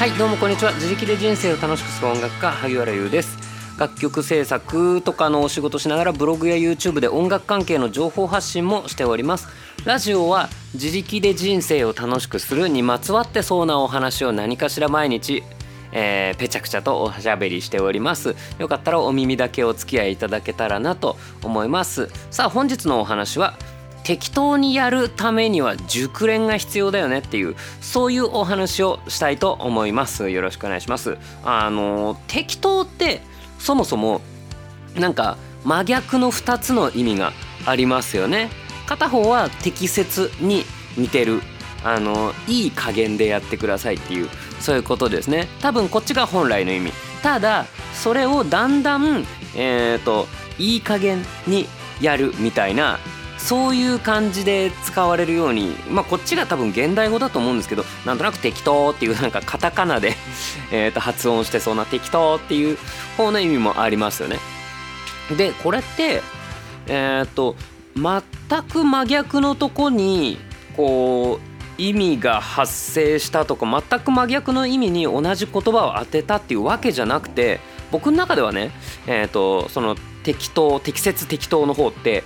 はい、どうもこんにちは。自力で人生を楽しくする音楽家萩原優です。楽曲制作とかのお仕事しながらブログや YouTube で音楽関係の情報発信もしております。ラジオは自力で人生を楽しくするにまつわってそうなお話を何かしら毎日ぺちゃくちゃとおしゃべりしております。よかったらお耳だけお付き合いいただけたらなと思います。さあ、本日のお話は適当にやるためには熟練が必要だよねっていう、そういうお話をしたいと思います。よろしくお願いします。適当ってそもそもなんか真逆の2つの意味がありますよね。片方は適切に似てる、いい加減でやってくださいっていう、そういうことですね。多分こっちが本来の意味。ただそれをだんだんいい加減にやるみたいな、そういう感じで使われるように、こっちが多分現代語だと思うんですけど、なんとなく適当っていうなんかカタカナで発音してそうな適当っていう方の意味もありますよね。でこれって全く真逆のとこにこう意味が発生したとか、全く真逆の意味に同じ言葉を当てたっていうわけじゃなくて、僕の中ではね、その適当、適切、適当の方って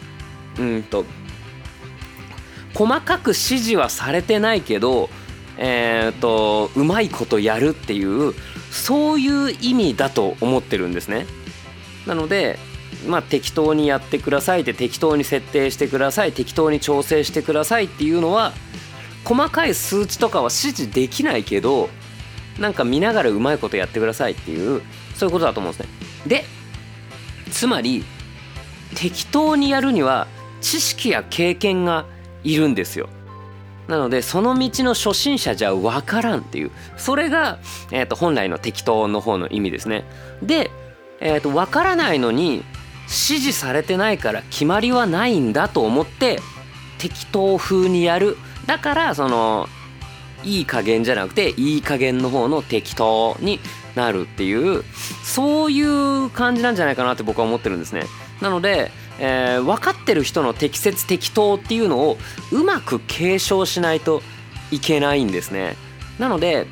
細かく指示はされてないけど、うまいことやるっていう、そういう意味だと思ってるんですね。なので適当にやってくださいって、適当に設定してください、適当に調整してくださいっていうのは、細かい数値とかは指示できないけど、なんか見ながらうまいことやってくださいっていう、そういうことだと思うんですね。でつまり適当にやるには知識や経験がいるんですよ。なのでその道の初心者じゃ分からんっていう、それが、本来の適当の方の意味ですね。で、分からないのに指示されてないから決まりはないんだと思って適当風にやる。だからそのいい加減じゃなくていい加減の方の適当になるっていう、そういう感じなんじゃないかなって僕は思ってるんですね。なので分かってる人の適切適当っていうのをうまく継承しないといけないんですね。なので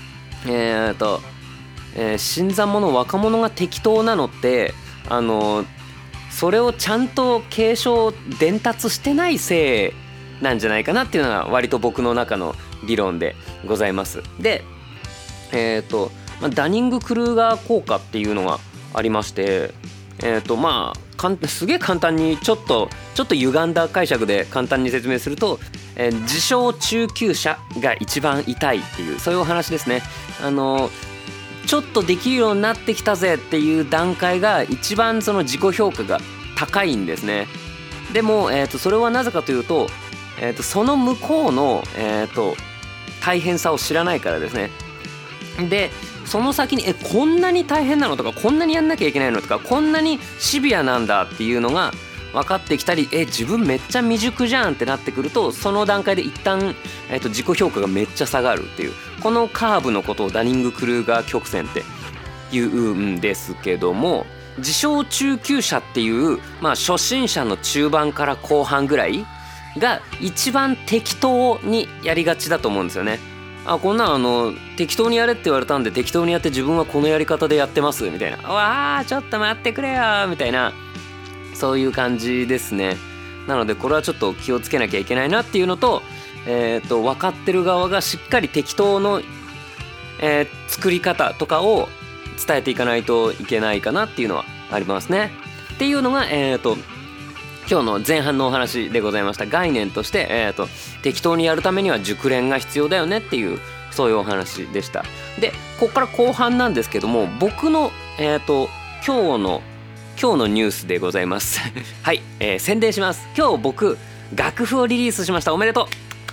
新参者若者が適当なのってそれをちゃんと継承伝達してないせいなんじゃないかなっていうのが割と僕の中の理論でございます。でダニング・クルーガー効果っていうのがありまして、すげえ簡単にちょっと歪んだ解釈で簡単に説明すると、自称中級者が一番痛いっていう、そういうお話ですね。ちょっとできるようになってきたぜっていう段階が一番その自己評価が高いんですね。でも、それはなぜかというと、その向こうの、大変さを知らないからですね。でその先にこんなに大変なのとか、こんなにやんなきゃいけないのとか、こんなにシビアなんだっていうのが分かってきたり、自分めっちゃ未熟じゃんってなってくると、その段階で一旦、自己評価がめっちゃ下がるっていう、このカーブのことをダニング・クルーガー曲線って言うんですけども、自称中級者っていう、初心者の中盤から後半ぐらいが一番適当にやりがちだと思うんですよね。こんな適当にやれって言われたんで適当にやって、自分はこのやり方でやってますみたいな、わーちょっと待ってくれよみたいな、そういう感じですね。なのでこれはちょっと気をつけなきゃいけないなっていうのと、分かってる側がしっかり適当の、作り方とかを伝えていかないといけないかなっていうのはありますね。っていうのが今日の前半のお話でございました。概念として、適当にやるためには熟練が必要だよねっていう、そういうお話でした。でここから後半なんですけども、僕の、今日のニュースでございますはい、宣伝します。今日僕楽譜をリリースしました。おめでと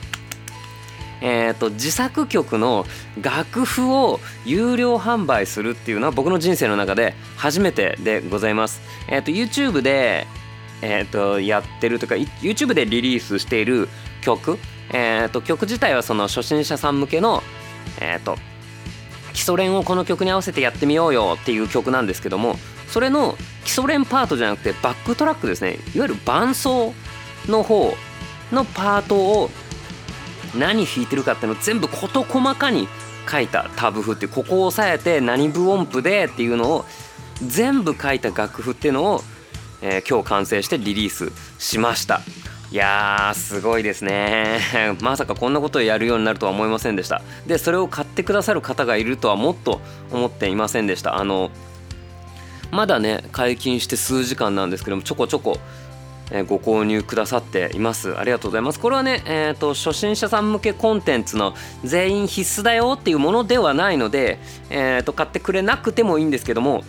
う。自作曲の楽譜を有料販売するっていうのは僕の人生の中で初めてでございます。YouTube でやってるとか YouTube でリリースしている曲、曲自体はその初心者さん向けの基礎練をこの曲に合わせてやってみようよっていう曲なんですけども、それの基礎練パートじゃなくてバックトラックですね、いわゆる伴奏の方のパートを何弾いてるかっていうのを全部事細かに書いたタブ譜っていう、ここを押さえて何部音符でっていうのを全部書いた楽譜っていうのを、今日完成してリリースしました。いやーすごいですねまさかこんなことをやるようになるとは思いませんでした。でそれを買ってくださる方がいるとはもっと思っていませんでした。まだね解禁して数時間なんですけども、ちょこちょこご購入くださっています。ありがとうございます。これはね、初心者さん向けコンテンツの全員必須だよっていうものではないので、買ってくれなくてもいいんですけども、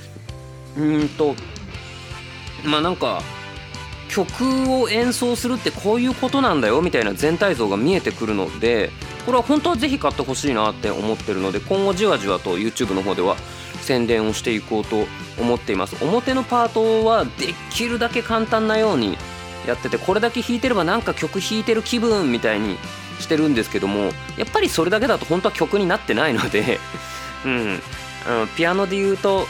まあなんか曲を演奏するってこういうことなんだよみたいな全体像が見えてくるので、これは本当はぜひ買ってほしいなって思ってるので、今後じわじわと YouTube の方では宣伝をしていこうと思っています。表のパートはできるだけ簡単なようにやってて、これだけ弾いてればなんか曲弾いてる気分みたいにしてるんですけども、やっぱりそれだけだと本当は曲になってないのでピアノで言うと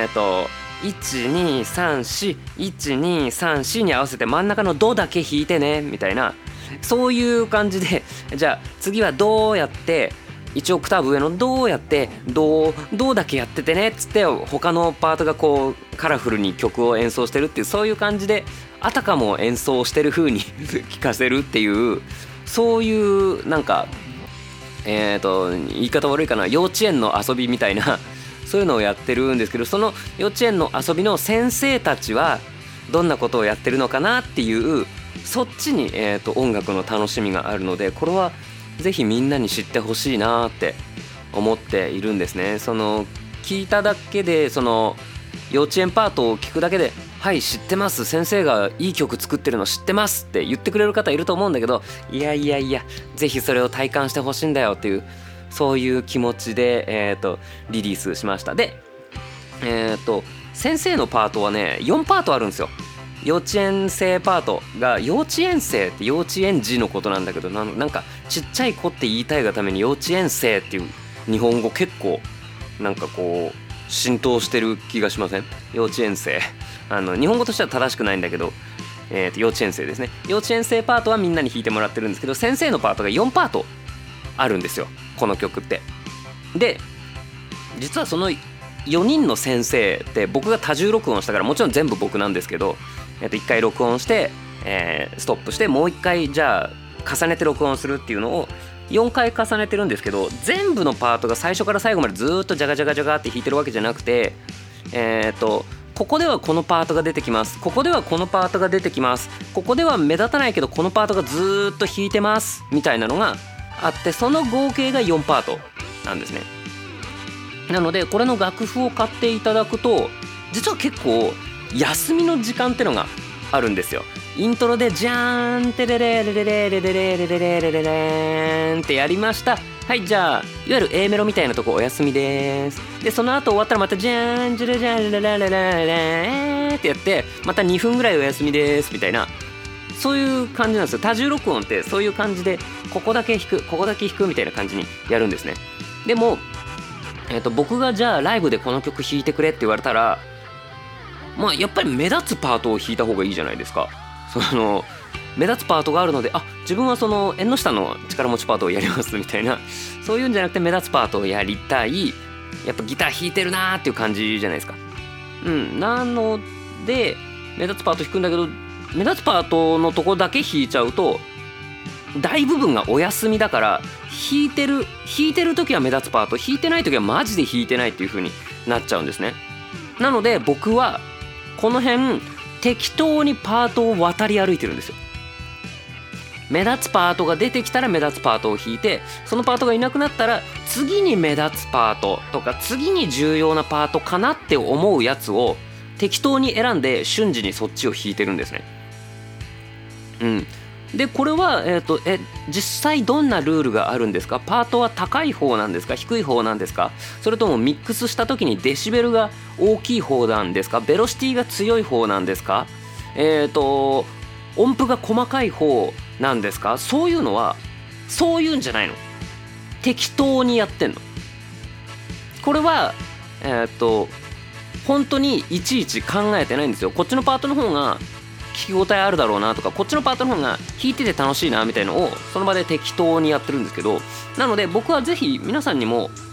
1234に合わせて真ん中のドだけ弾いてねみたいな、そういう感じで、じゃあ次はドやって1オクターブ上のドやってドだけやっててねっつって、他のパートがこうカラフルに曲を演奏してるっていう、そういう感じであたかも演奏してる風に聴かせるっていう、そういうなんか言い方悪いかな、幼稚園の遊びみたいなそういうのをやってるんですけど、その幼稚園の遊びの先生たちはどんなことをやってるのかなっていう、そっちに、音楽の楽しみがあるので、これはぜひみんなに知ってほしいなって思っているんですね。その聞いただけで、その幼稚園パートを聞くだけで、はい知ってます、先生がいい曲作ってるの知ってますって言ってくれる方いると思うんだけど、いやぜひそれを体感してほしいんだよっていう、そういう気持ちで、リリースしました。で、先生のパートはね4パートあるんですよ。幼稚園生パートが、幼稚園生って幼稚園児のことなんだけど、なんかちっちゃい子って言いたいがために幼稚園生っていう日本語結構なんかこう浸透してる気がしません？幼稚園生日本語としては正しくないんだけど、幼稚園生ですね。幼稚園生パートはみんなに弾いてもらってるんですけど、先生のパートが4パートあるんですよ、この曲って。で実はその4人の先生って僕が多重録音したから、もちろん全部僕なんですけど、1回録音して、ストップしてもう1回じゃあ重ねて録音するっていうのを4回重ねてるんですけど、全部のパートが最初から最後までずっとジャガジャガジャガって弾いてるわけじゃなくて、ここではこのパートが出てきます、ここではこのパートが出てきます、ここでは目立たないけどこのパートがずっと弾いてますみたいなのがあって、その合計が4パートなんですね。なのでこれの楽譜を買っていただくと、実は結構休みの時間ってのがあるんですよ。イントロでジャーンテレレレレレレレレレレレレレレンってやりました。はい、じゃあいわゆる A メロみたいなとこお休みです。でその後終わったらまたジャーンジャレジャレレレレレレってやってまた2分ぐらいお休みですみたいな、そういう感じなんですよ。多重録音ってそういう感じで、ここだけ弾くここだけ弾くみたいな感じにやるんですね。でも僕がじゃあライブでこの曲弾いてくれって言われたら、まあやっぱり目立つパートを弾いた方がいいじゃないですか。その目立つパートがあるので、自分はその縁の下の力持ちパートをやりますみたいな、そういうんじゃなくて目立つパートをやりたい、やっぱギター弾いてるなーっていう感じじゃないですか。なので目立つパート弾くんだけど、目立つパートのとこだけ弾いちゃうと大部分がお休みだから、弾いてる時は目立つパート、弾いてない時はマジで弾いてないっていう風になっちゃうんですね。なので僕はこの辺適当にパートを渡り歩いてるんですよ。目立つパートが出てきたら目立つパートを弾いて、そのパートがいなくなったら次に目立つパートとか次に重要なパートかなって思うやつを適当に選んで瞬時にそっちを弾いてるんですね。でこれは、実際どんなルールがあるんですか？パートは高い方なんですか？低い方なんですか？それともミックスした時にデシベルが大きい方なんですか？ベロシティが強い方なんですか？音符が細かい方なんですか？そういうのはそういうんじゃないの。適当にやってんの。これは本当にいちいち考えてないんですよ。こっちのパートの方が聞き応えあるだろうなとか、こっちのパートの方が弾いてて楽しいなみたいのをその場で適当にやってるんですけど、なので僕はぜひ皆さんにも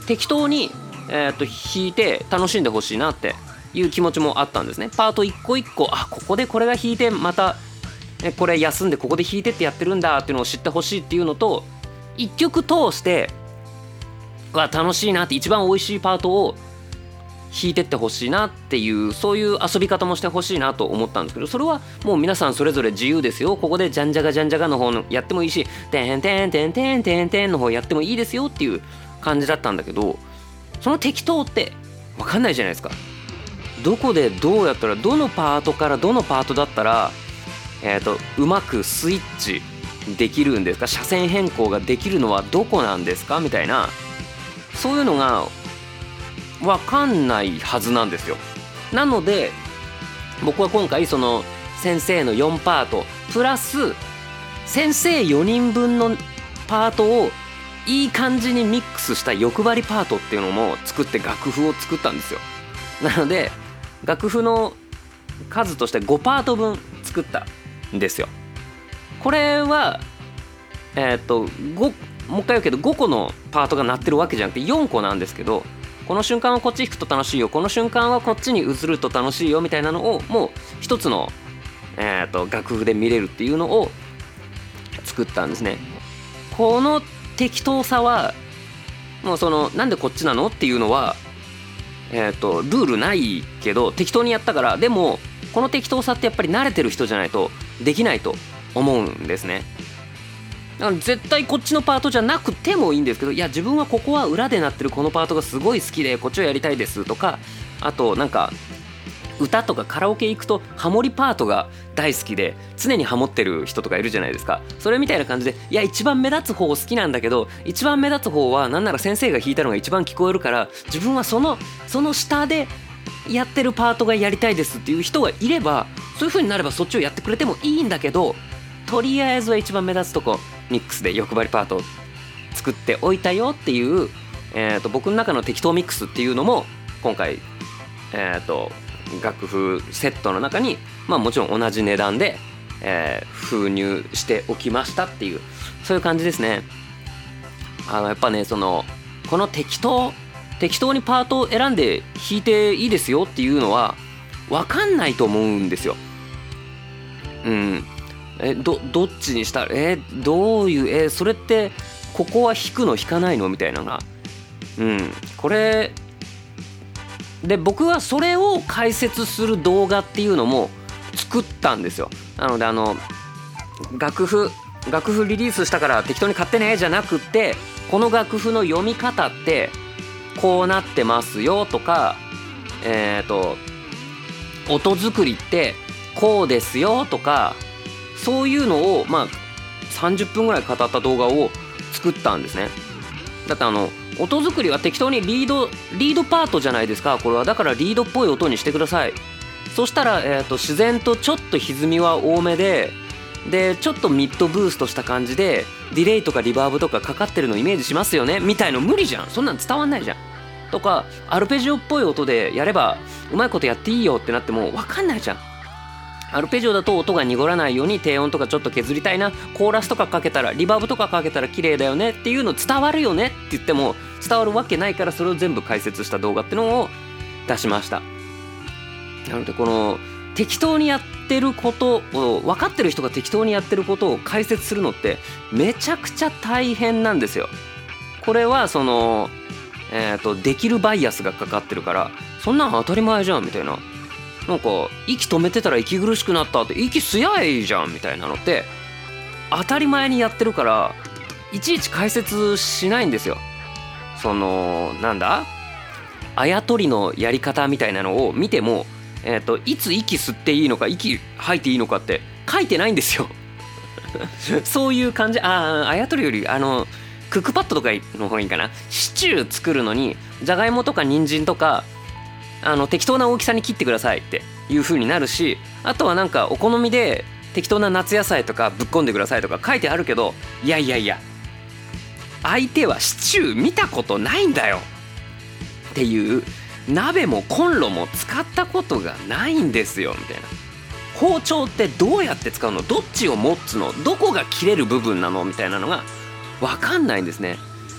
適当に、弾いて楽しんでほしいなっていう気持ちもあったんですね。パート一個一個、ここでこれが弾いてまたこれ休んでここで弾いてってやってるんだっていうのを知ってほしいっていうのと、一曲通して楽しいなって一番美味しいパートを弾いてってほしいなっていう、そういう遊び方もしてほしいなと思ったんですけど、それはもう皆さんそれぞれ自由ですよ。ここでジャンジャガジャンジャガの方のやってもいいし、テンテンテンテンテンテンの方やってもいいですよっていう感じだったんだけど、その適当って分かんないじゃないですか。どこでどうやったら、どのパートからどのパートだったらうまくスイッチできるんですか、車線変更ができるのはどこなんですかみたいな、そういうのが分かんないはずなんですよ。なので僕は今回その先生の4パートプラス先生4人分のパートをいい感じにミックスした欲張りパートっていうのも作って楽譜を作ったんですよ。なので楽譜の数として5パート分作ったんですよ。これはもう一回言うけど5個のパートが鳴ってるわけじゃなくて4個なんですけど、この瞬間はこっち弾くと楽しいよ、この瞬間はこっちに移ると楽しいよみたいなのをもう一つの、楽譜で見れるっていうのを作ったんですね。この適当さはもうそのなんでこっちなのっていうのはルールないけど適当にやったから。でもこの適当さってやっぱり慣れてる人じゃないとできないと思うんですね。だから絶対こっちのパートじゃなくてもいいんですけど、いや自分はここは裏で鳴ってるこのパートがすごい好きでこっちをやりたいですとか、あとなんか歌とかカラオケ行くとハモリパートが大好きで常にハモってる人とかいるじゃないですか。それみたいな感じで、いや一番目立つ方好きなんだけど、一番目立つ方はなんなら先生が弾いたのが一番聞こえるから、自分はその下でやってるパートがやりたいですっていう人がいれば、そういう風になればそっちをやってくれてもいいんだけど、とりあえずは一番目立つとこミックスで欲張りパートを作っておいたよっていう、僕の中の適当ミックスっていうのも今回、楽譜セットの中に、もちろん同じ値段で、封入しておきましたっていう、そういう感じですね。やっぱねこの適当にパートを選んで弾いていいですよっていうのは分かんないと思うんですよ。どっちにしたらどういうそれってここは弾くの弾かないのみたいなのがこれで僕はそれを解説する動画っていうのも作ったんですよ。なので楽譜リリースしたから適当に買ってねじゃなくって、この楽譜の読み方ってこうなってますよとか、音作りってこうですよとか、そういうのを30分ぐらい語った動画を作ったんですね。だって音作りは適当にリードパートじゃないですか、これは。だからリードっぽい音にしてください。そしたら、自然とちょっと歪みは多めでちょっとミッドブーストした感じでディレイとかリバーブとかかかってるのイメージしますよねみたいの無理じゃん。そんなん伝わんないじゃん。とかアルペジオっぽい音でやればうまいことやっていいよってなっても分かんないじゃん。アルペジオだと音が濁らないように低音とかちょっと削りたいな、コーラスとかかけたらリバーブとかかけたら綺麗だよねっていうの伝わるよねって言っても伝わるわけないから、それを全部解説した動画ってのを出しました。なのでこの適当にやってることを分かってる人が適当にやってることを解説するのってめちゃくちゃ大変なんですよ。これはできるバイアスがかかってるから、そんなん当たり前じゃんみたいな、なんか息止めてたら息苦しくなったって息吸やいいじゃんみたいなのって当たり前にやってるから、いちいち解説しないんですよ。なんだあやとりのやり方みたいなのを見ても、いつ息吸っていいのか息吐いていいのかって書いてないんですよそういう感じ。あやとりよりクックパッドとかの方がいいかな。シチュー作るのにじゃがいもとか人参とか適当な大きさに切ってくださいっていう風になるし、あとはなんかお好みで適当な夏野菜とかぶっ込んでくださいとか書いてあるけど、いや相手はシチュー見たことないんだよっていう、鍋もコンロも使ったことがないんですよみたいな。包丁ってどうやって使うの、どっちを持つの、どこが切れる部分なのみたいなのが分かんないんですね。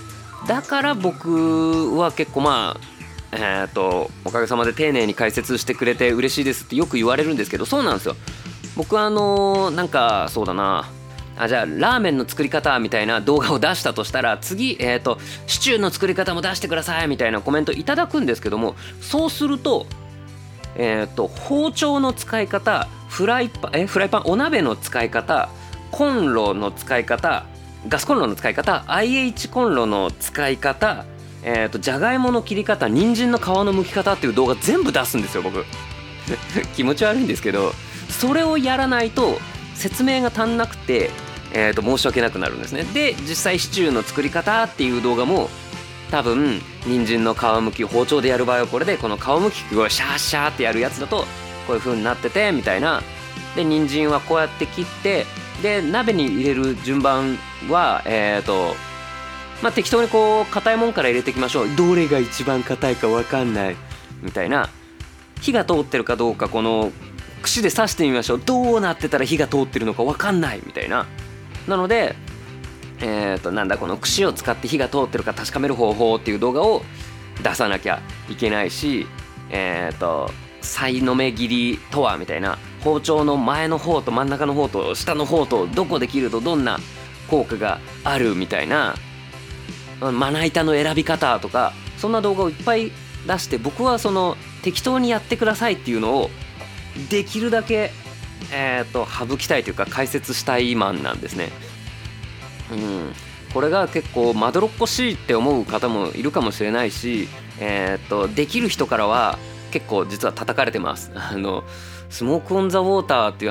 だから僕は結構おかげさまで丁寧に解説してくれて嬉しいですってよく言われるんですけど、そうなんですよ。僕はなんかそうだなじゃあラーメンの作り方みたいな動画を出したとしたら、次シチューの作り方も出してくださいみたいなコメントいただくんですけども、そうすると包丁の使い方、フライパンお鍋の使い方、コンロの使い方、ガスコンロの使い方、 IH コンロの使い方、じゃがいもの切り方、人参の皮の剥き方っていう動画全部出すんですよ僕気持ち悪いんですけど、それをやらないと説明が足んなくて、申し訳なくなるんですね。で実際シチューの作り方っていう動画も多分人参の皮むき包丁でやる場合はこれで、この皮むき器をシャーシャーってやるやつだとこういう風になっててみたいな。で人参はこうやって切って、で鍋に入れる順番は適当にこう硬いもんから入れていきましょう。どれが一番硬いか分かんないみたいな。火が通ってるかどうかこの串で刺してみましょう。どうなってたら火が通ってるのか分かんないみたいな。なのでなんだこの串を使って火が通ってるか確かめる方法っていう動画を出さなきゃいけないし、さいの目切りとはみたいな、包丁の前の方と真ん中の方と下の方とどこで切るとどんな効果があるみたいな、まな板の選び方とかそんな動画をいっぱい出して、僕はその適当にやってくださいっていうのをできるだけ省きたいというか解説したいマンなんですね。これが結構まどろっこしいって思う方もいるかもしれないし、できる人からは結構実は叩かれてます。スモークオンザウォーターっていう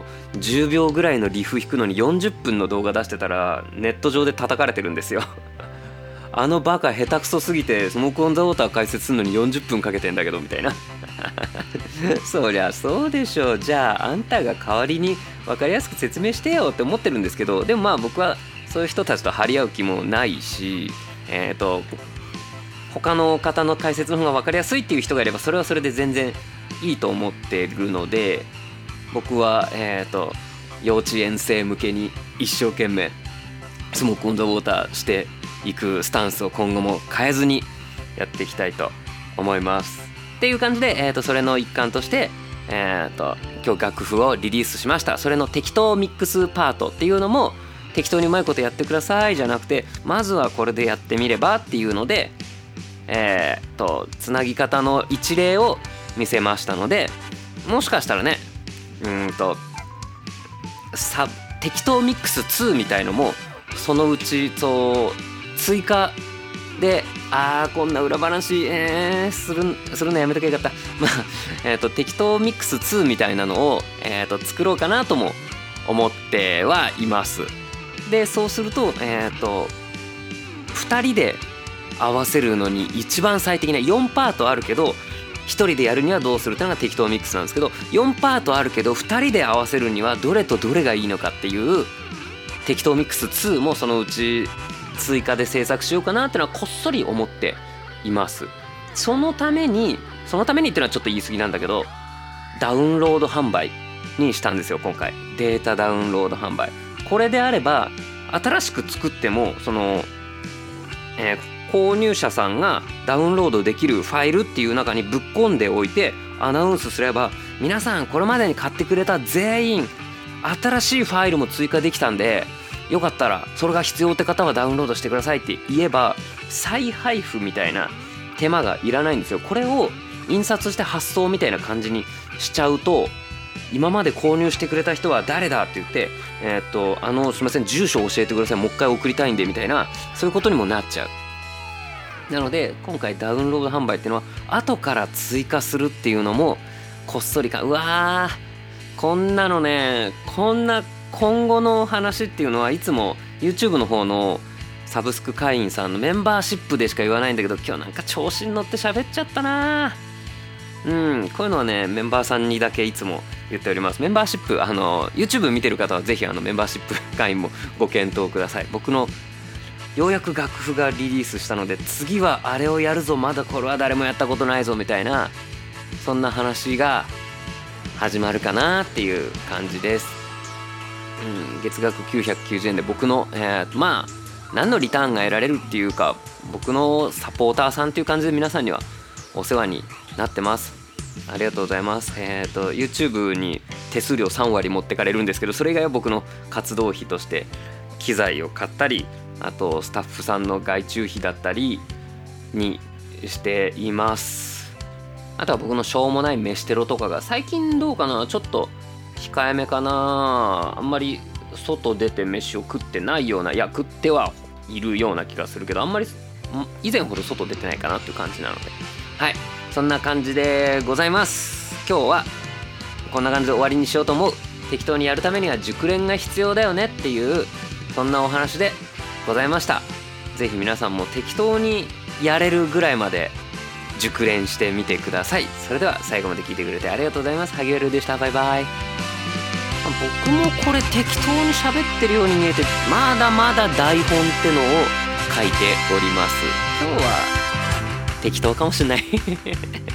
10秒ぐらいのリフ弾くのに40分の動画出してたらネット上で叩かれてるんですよバカ下手くそすぎてスモークオンザウォーター解説するのに40分かけてんだけどみたいなそりゃそうでしょ。じゃああんたが代わりに分かりやすく説明してよって思ってるんですけど、でも僕はそういう人たちと張り合う気もないし、他の方の解説の方が分かりやすいっていう人がいればそれはそれで全然いいと思っているので、僕は幼稚園生向けに一生懸命スモークオンザウォーターしていくスタンスを今後も変えずにやっていきたいと思いますっていう感じで、それの一環として、今日楽譜をリリースしました。それの適当ミックスパートっていうのも適当にうまいことやってくださいじゃなくて、まずはこれでやってみればっていうのでつなぎ方の一例を見せましたので、もしかしたらね適当ミックス2みたいのもそのうち追加でこんな裏話、するのやめとけばよかった、適当ミックス2みたいなのを、作ろうかなとも思ってはいます。でそうすると2人で合わせるのに一番最適な4パートあるけど1人でやるにはどうするっていうのが適当ミックスなんですけど、4パートあるけど2人で合わせるにはどれとどれがいいのかっていう適当ミックス2もそのうち追加で制作しようかなっていうのはこっそり思っています。そのためにっていうのはちょっと言い過ぎなんだけど、ダウンロード販売にしたんですよ今回。データダウンロード販売、これであれば新しく作っても購入者さんがダウンロードできるファイルっていう中にぶっ込んでおいてアナウンスすれば、皆さんこれまでに買ってくれた全員新しいファイルも追加できたんで、よかったらそれが必要って方はダウンロードしてくださいって言えば再配布みたいな手間がいらないんですよ。これを印刷して発送みたいな感じにしちゃうと、今まで購入してくれた人は誰だって言ってすいません住所を教えてくださいもう一回送りたいんでみたいな、そういうことにもなっちゃう。なので今回ダウンロード販売っていうのは後から追加するっていうのもこっそりうわーこんなのね、こんな今後の話っていうのはいつも YouTube の方のサブスク会員さんのメンバーシップでしか言わないんだけど、今日なんか調子に乗って喋っちゃったな。こういうのはねメンバーさんにだけいつも言っております。メンバーシップYouTube 見てる方はぜひメンバーシップ会員もご検討ください。僕のようやく楽譜がリリースしたので次はあれをやるぞ、まだこれは誰もやったことないぞみたいな、そんな話が始まるかなっていう感じです。月額990円で僕の、ま何のリターンが得られるっていうか、僕のサポーターさんっていう感じで皆さんにはお世話になってます。ありがとうございます。YouTube に手数料3割持ってかれるんですけど、それ以外は僕の活動費として機材を買ったり、あとスタッフさんの外注費だったりにしています。あとは僕のしょうもない飯テロとかが最近どうかな、ちょっと控えめかな。あんまり外出て飯を食ってないような、いや食ってはいるような気がするけど、あんまり以前ほど外出てないかなっていう感じなので、はい、そんな感じでございます。今日はこんな感じで終わりにしようと思う。適当にやるためには熟練が必要だよねっていう、そんなお話でございました。ぜひ皆さんも適当にやれるぐらいまで熟練してみてください。それでは最後まで聞いてくれてありがとうございます。萩原でした。バイバイ。僕もこれ適当に喋ってるように見えて、まだまだ台本ってのを書いております。今日は適当かもしれない